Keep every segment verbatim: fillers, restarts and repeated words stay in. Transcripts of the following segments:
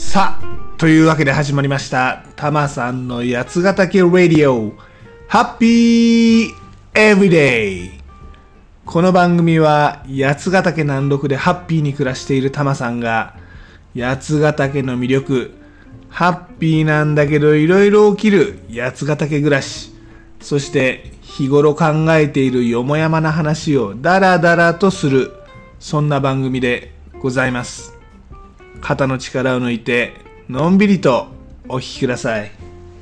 さあ、というわけで始まりました。たまさんの八ヶ岳ラディオ。ハッピーエブリデイ。この番組は八ヶ岳南麓でハッピーに暮らしているたまさんが、八ヶ岳の魅力、ハッピーなんだけどいろいろ起きる八ヶ岳暮らし、そして日頃考えているよもやまな話をダラダラとする、そんな番組でございます。肩の力を抜いてのんびりとお聞きください。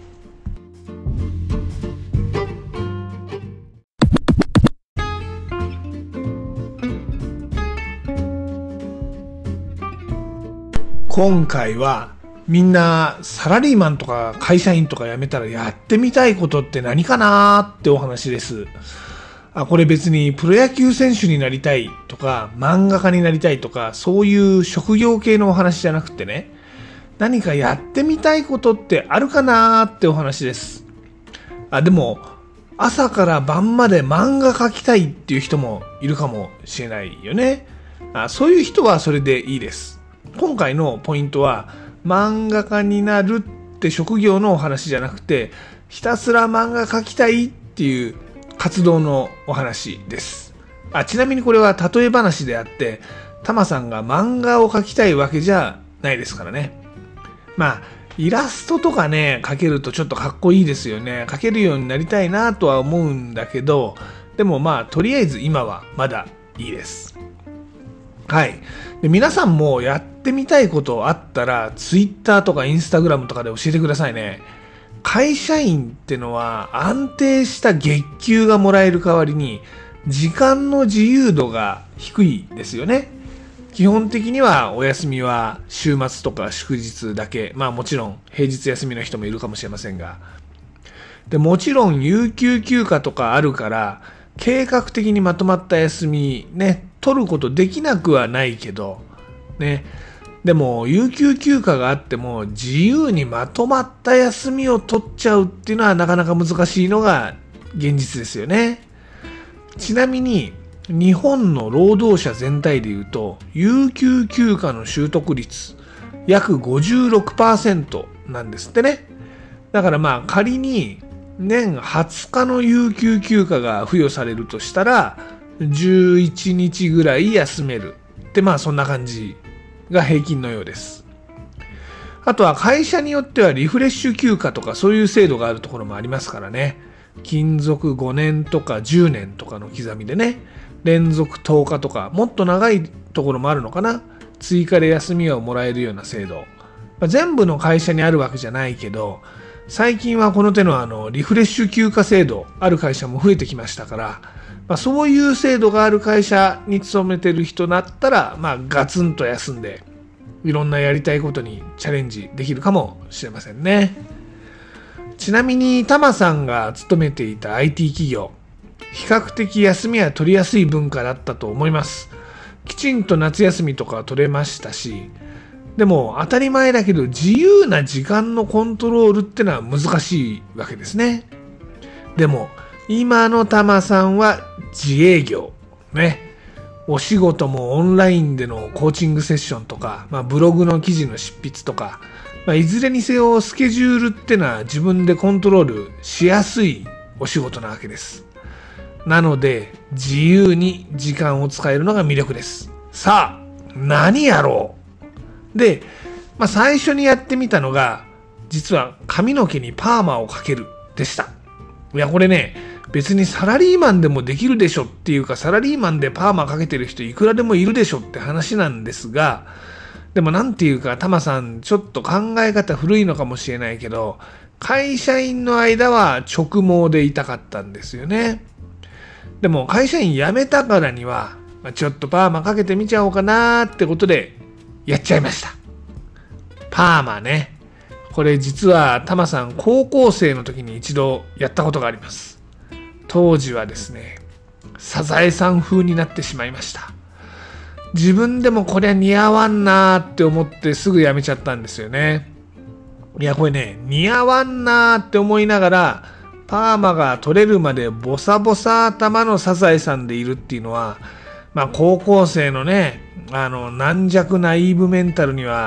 今回はみんなサラリーマンとか会社員とか辞めたらやってみたいことって何かなーってお話です。あ、これ別にプロ野球選手になりたいとか漫画家になりたいとかそういう職業系のお話じゃなくてね、何かやってみたいことってあるかなーってお話です。あ、でも朝から晩まで漫画描きたいっていう人もいるかもしれないよね。あ、そういう人はそれでいいです。今回のポイントは漫画家になるって職業のお話じゃなくて、ひたすら漫画描きたいっていう活動のお話です。あ、ちなみにこれは例え話であって、タマさんが漫画を描きたいわけじゃないですからね。まあイラストとかね描けるとちょっとかっこいいですよね。描けるようになりたいなとは思うんだけど、でもまあとりあえず今はまだいいです。はい。で、皆さんもやってみたいことあったらツイッターとかインスタグラムとかで教えてくださいね。会社員ってのは安定した月給がもらえる代わりに時間の自由度が低いですよね。基本的にはお休みは週末とか祝日だけ。まあもちろん平日休みの人もいるかもしれませんが。で、もちろん有給休暇とかあるから計画的にまとまった休みね、取ることできなくはないけどね。でも有給休暇があっても自由にまとまった休みを取っちゃうっていうのはなかなか難しいのが現実ですよね。ちなみに日本の労働者全体でいうと有給休暇の習得率約 ごじゅうろくパーセント なんですってね。だからまあ仮に年はつかの有給休暇が付与されるとしたらじゅういちにちぐらい休めるってまあそんな感じが平均のようです。あとは会社によってはリフレッシュ休暇とかそういう制度があるところもありますからね。勤続ごねんとかじゅうねんとかの刻みでね、連続とおかとかもっと長いところもあるのかな、追加で休みをもらえるような制度、まあ、全部の会社にあるわけじゃないけど最近はこの手のあのリフレッシュ休暇制度ある会社も増えてきましたから、まあ、そういう制度がある会社に勤めてる人だったら、まあ、ガツンと休んでいろんなやりたいことにチャレンジできるかもしれませんね。ちなみにタマさんが勤めていた アイティー 企業、比較的休みは取りやすい文化だったと思います。きちんと夏休みとか取れましたし、でも当たり前だけど自由な時間のコントロールってのは難しいわけですね。でも今のタマさんは自営業ね。お仕事もオンラインでのコーチングセッションとか、まあ、ブログの記事の執筆とか、まあ、いずれにせよスケジュールってのは自分でコントロールしやすいお仕事なわけです。なので自由に時間を使えるのが魅力です。さあ何やろうで、まあ、最初にやってみたのが実は髪の毛にパーマをかけるでした。いやこれね別にサラリーマンでもできるでしょっていうか、サラリーマンでパーマかけてる人いくらでもいるでしょって話なんですが、でもなんていうかタマさんちょっと考え方古いのかもしれないけど、会社員の間は直毛でいたかったんですよね。でも会社員辞めたからにはちょっとパーマかけてみちゃおうかなってことでやっちゃいました。パーマね、これ実はタマさん高校生の時に一度やったことがあります。当時はですねサザエさん風になってしまいました。自分でもこりゃ似合わんなーって思ってすぐやめちゃったんですよね。いやこれね似合わんなーって思いながらパーマが取れるまでボサボサ頭のサザエさんでいるっていうのは、まあ高校生のねあの軟弱ナイーブメンタルには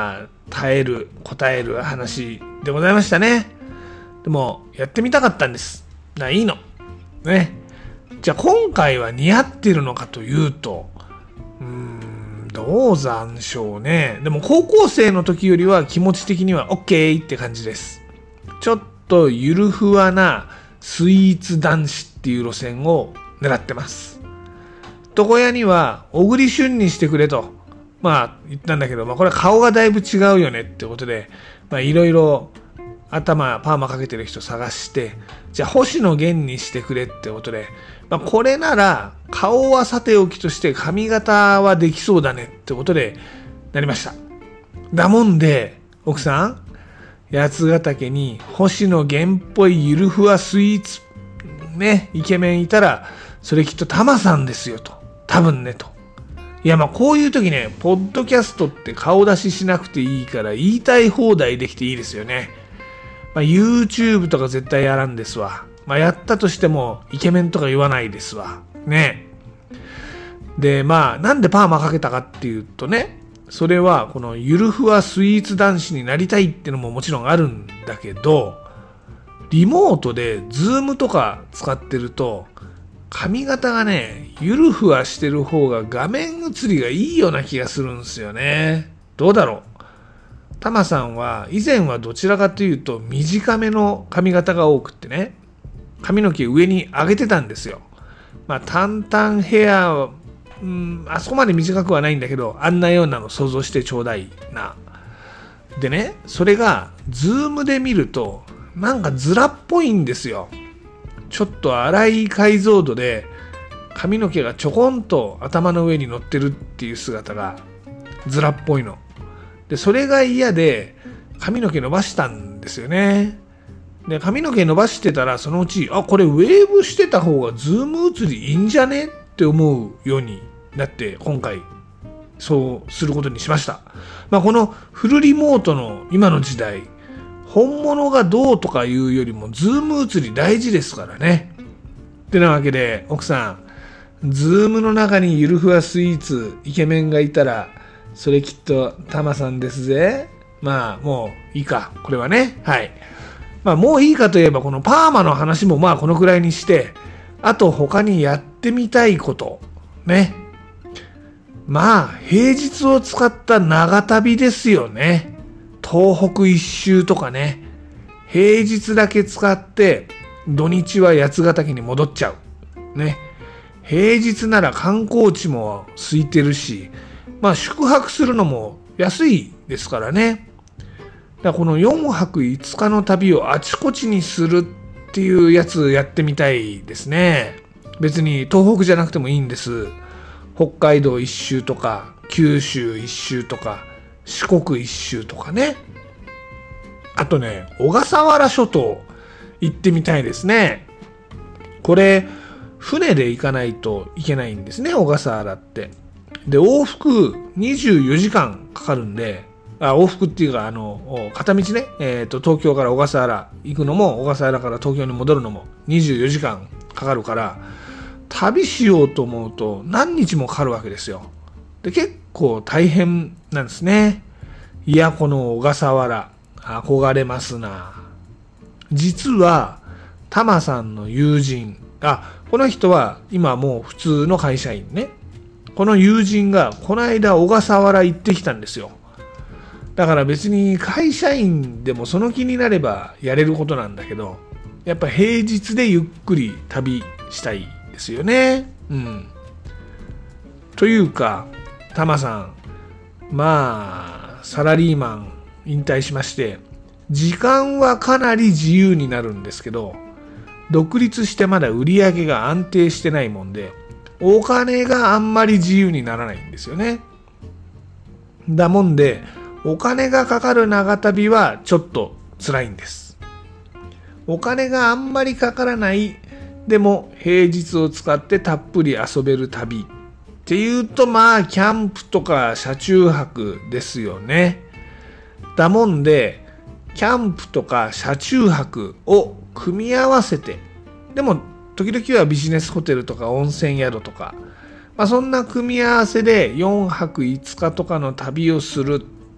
耐える、答える話でございましたね。でも、やってみたかったんです。ないいの。ね。じゃあ今回は似合ってるのかというと、うーん、どうなんでしょうね。でも高校生の時よりは気持ち的には OK って感じです。ちょっとゆるふわなスイーツ男子っていう路線を狙ってます。床屋には小栗旬にしてくれと、まあ言ったんだけど、まあこれは顔がだいぶ違うよねってことで、まあいろいろ頭パーマかけてる人探して、じゃあ星野源にしてくれってことで、まあこれなら顔はさておきとして髪型はできそうだねってことでなりました。だもんで、奥さん、八ヶ岳に星野源っぽいゆるふわスイーツ、ね、イケメンいたら、それきっとタマさんですよと。多分ねと。いやまあこういう時ね、ポッドキャストって顔出ししなくていいから言いたい放題できていいですよね。まあ YouTube とか絶対やらんですわ。まあやったとしてもイケメンとか言わないですわ。ね。でまあなんでパーマかけたかっていうとね、それはこのゆるふわスイーツ男子になりたいっていうのももちろんあるんだけど、リモートでズームとか使ってると髪型がね、ゆるふわしてる方が画面映りがいいような気がするんですよね。どうだろう。タマさんは以前はどちらかというと短めの髪型が多くってね、髪の毛上に上げてたんですよ。まあ淡々ヘアは、うん、あそこまで短くはないんだけど、あんなようなの想像してちょうだいな。でね、それがズームで見るとなんかズラっぽいんですよ。ちょっと荒い解像度で髪の毛がちょこんと頭の上に乗ってるっていう姿がズラっぽいので、それが嫌で髪の毛伸ばしたんですよね。で髪の毛伸ばしてたら、そのうちあこれウェーブしてた方がズーム映りいいんじゃねって思うようになって、今回そうすることにしました。まあこのフルリモートの今の時代、本物がどうとかいうよりもズーム映り大事ですからね。ってなわけで奥さん、ズームの中にゆるふわスイーツイケメンがいたら、それきっとタマさんですぜ。まあもういいか、これはね。はい。まあもういいかといえば、このパーマの話もまあこのくらいにして、あと他にやってみたいことね。まあ平日を使った長旅ですよね。東北一周とかね。平日だけ使って土日は八ヶ岳に戻っちゃうね。平日なら観光地も空いてるし、まあ宿泊するのも安いですからね。だからこのよんはくいつかの旅をあちこちにするっていうやつやってみたいですね。別に東北じゃなくてもいいんです。北海道一周とか九州一周とか四国一周とかね。あとね、小笠原諸島行ってみたいですね。これ船で行かないといけないんですね、小笠原って。で往復にじゅうよじかんかかるんで、あ往復っていうかあの片道ね、えーと、東京から小笠原行くのも小笠原から東京に戻るのもにじゅうよじかんかかるから、旅しようと思うと何日もかかるわけですよ。で結構大変なんですね。いやこの小笠原憧れますな。実はタマさんの友人、あこの人は今もう普通の会社員ね。この友人がこの間小笠原行ってきたんですよ。だから別に会社員でもその気になればやれることなんだけど、やっぱ平日でゆっくり旅したいですよね。うん。というかタマさん、まあサラリーマン引退しまして、時間はかなり自由になるんですけど、独立してまだ売り上げが安定してないもんで、お金があんまり自由にならないんですよね。だもんでお金がかかる長旅はちょっと辛いんです。お金があんまりかからない、でも平日を使ってたっぷり遊べる旅っていうと、まあキャンプとか車中泊ですよね。だもんでキャンプとか車中泊を組み合わせて、でも時々はビジネスホテルとか温泉宿とか、まあ、そんな組み合わせでよんはくいつかとかの旅をする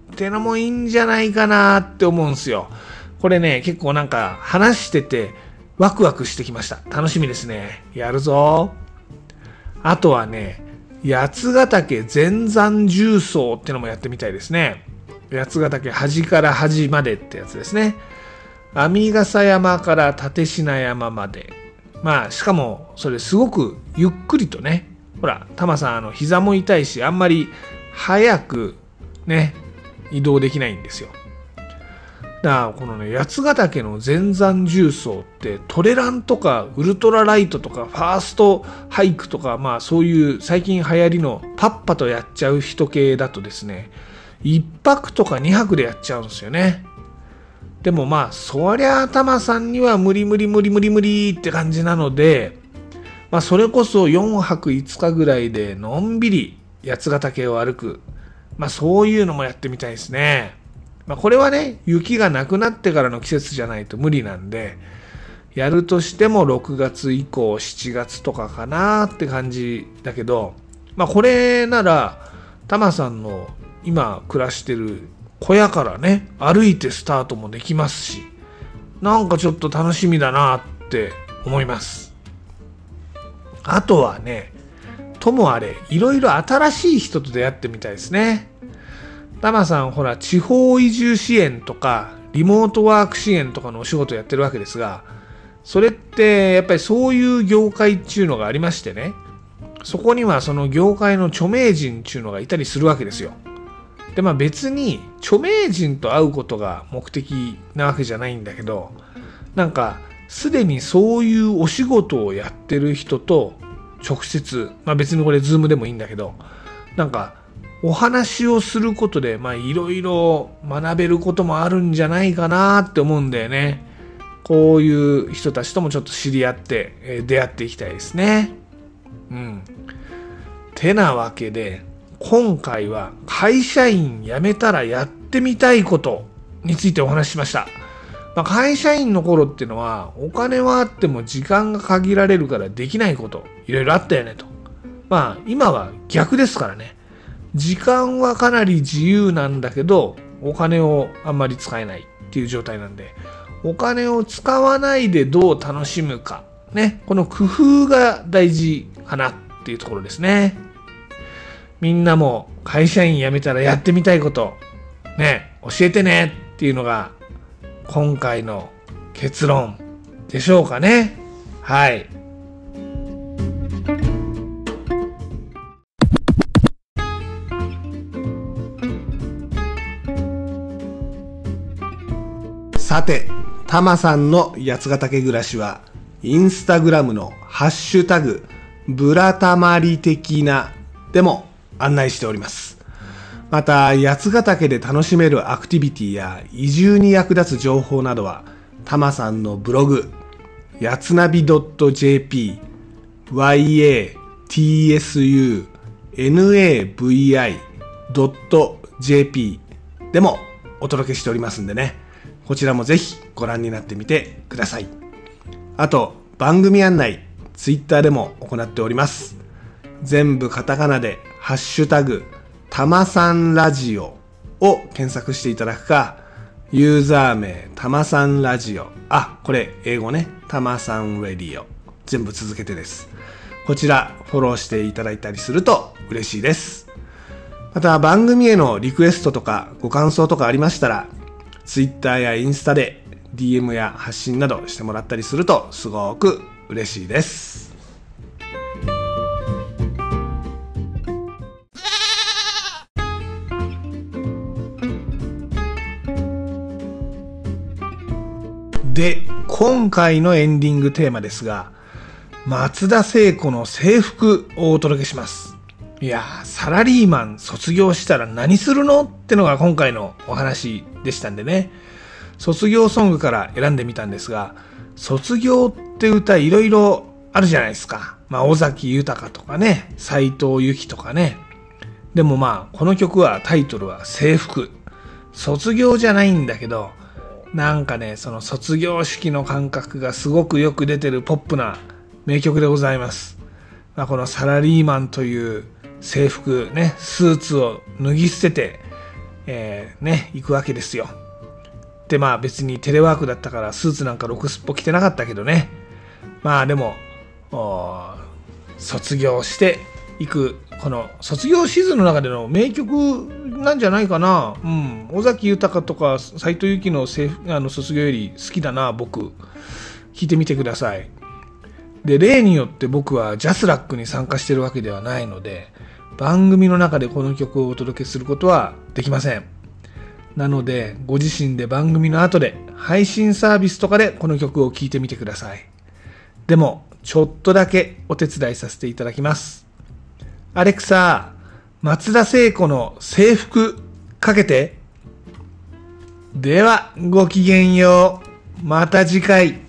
ってのもいいんじゃないかなって思うんですよ。これね、結構なんか話しててワクワクしてきました。楽しみですね。やるぞ。あとはね、八ヶ岳全山重走ってのもやってみたいですね。八ヶ岳端から端までってやつですね。編み笠山から立品山まで。まあしかもそれすごくゆっくりとね、ほらタマさんあの膝も痛いし、あんまり早くね移動できないんですよ。だからこのね、八ヶ岳の全山重走ってトレランとかウルトラライトとかファーストハイクとか、まあそういう最近流行りのパッパとやっちゃう人系だとですね、いっぱくとかにはくでやっちゃうんですよね。でもまあそりゃタマさんには無理無理無理無理無理って感じなので、まあそれこそよんはくいつかぐらいでのんびり八ヶ岳を歩く、まあそういうのもやってみたいですね。まあこれはね、雪がなくなってからの季節じゃないと無理なんで、やるとしてもろくがつ以降しちがつとかかなって感じだけど、まあこれならタマさんの今暮らしてる小屋からね歩いてスタートもできますし、なんかちょっと楽しみだなって思います。あとはね、ともあれいろいろ新しい人と出会ってみたいですね。タマさんほら地方移住支援とかリモートワーク支援とかのお仕事やってるわけですが、それってやっぱりそういう業界っていうのがありましてね、そこにはその業界の著名人っていうのがいたりするわけですよ。でまあ別に著名人と会うことが目的なわけじゃないんだけど、なんかすでにそういうお仕事をやってる人と直接、まあ別にこれズームでもいいんだけど、なんかお話をすることでまあいろいろ学べることもあるんじゃないかなって思うんだよね。こういう人たちともちょっと知り合って、えー、出会っていきたいですね。うん。てなわけで今回は会社員辞めたらやってみたいことについてお話ししました。まあ、会社員の頃っていうのはお金はあっても時間が限られるからできないこといろいろあったよねと。まあ今は逆ですからね。時間はかなり自由なんだけどお金をあんまり使えないっていう状態なんで、お金を使わないでどう楽しむかね、この工夫が大事かなっていうところですね。みんなも会社員辞めたらやってみたいことね、教えてねっていうのが今回の結論でしょうかね。はい。さて、タマさんの八ヶ岳暮らしはインスタグラムのハッシュタグブラタマリ的なでも案内しております。また八ヶ岳で楽しめるアクティビティや移住に役立つ情報などはタマさんのブログやつなび .jp ワイエーティーエスユーエヌエーブイアイ .jp でもお届けしておりますんでね、こちらもぜひご覧になってみてください。あと番組案内ツイッターでも行っております。全部カタカナでハッシュタグたまさんラジオを検索していただくか、ユーザー名たまさんラジオ、あ、これ英語ね、たまさんラディオ、全部続けてです。こちらフォローしていただいたりすると嬉しいです。また番組へのリクエストとかご感想とかありましたら、ツイッターやインスタで ディーエム や発信などしてもらったりするとすごく嬉しいです。で、今回のエンディングテーマですが、松田聖子の制服をお届けします。いやー、サラリーマン卒業したら何するのってのが今回のお話でしたんでね、卒業ソングから選んでみたんですが、卒業って歌いろいろあるじゃないですか。まあ尾崎豊とかね、斉藤由貴とかね。でもまあこの曲はタイトルは制服。卒業じゃないんだけど、なんかね、その卒業式の感覚がすごくよく出てるポップな名曲でございます。まあ、このサラリーマンという制服ね、スーツを脱ぎ捨てて、 えー、ね、行くわけですよ。で、まあ別にテレワークだったからスーツなんかろくすっぽ着てなかったけどね。まあでも、卒業していく、この卒業シーズンの中での名曲なんじゃないかな。うん。尾崎豊とか斉藤由貴のせあの卒業より好きだな、僕。聞いてみてください。で、例によって僕はジャスラックに参加してるわけではないので、番組の中でこの曲をお届けすることはできません。なので、ご自身で番組の後で配信サービスとかでこの曲を聴いてみてください。でも、ちょっとだけお手伝いさせていただきます。アレクサ、松田聖子の制服かけて。では、ごきげんよう。また次回。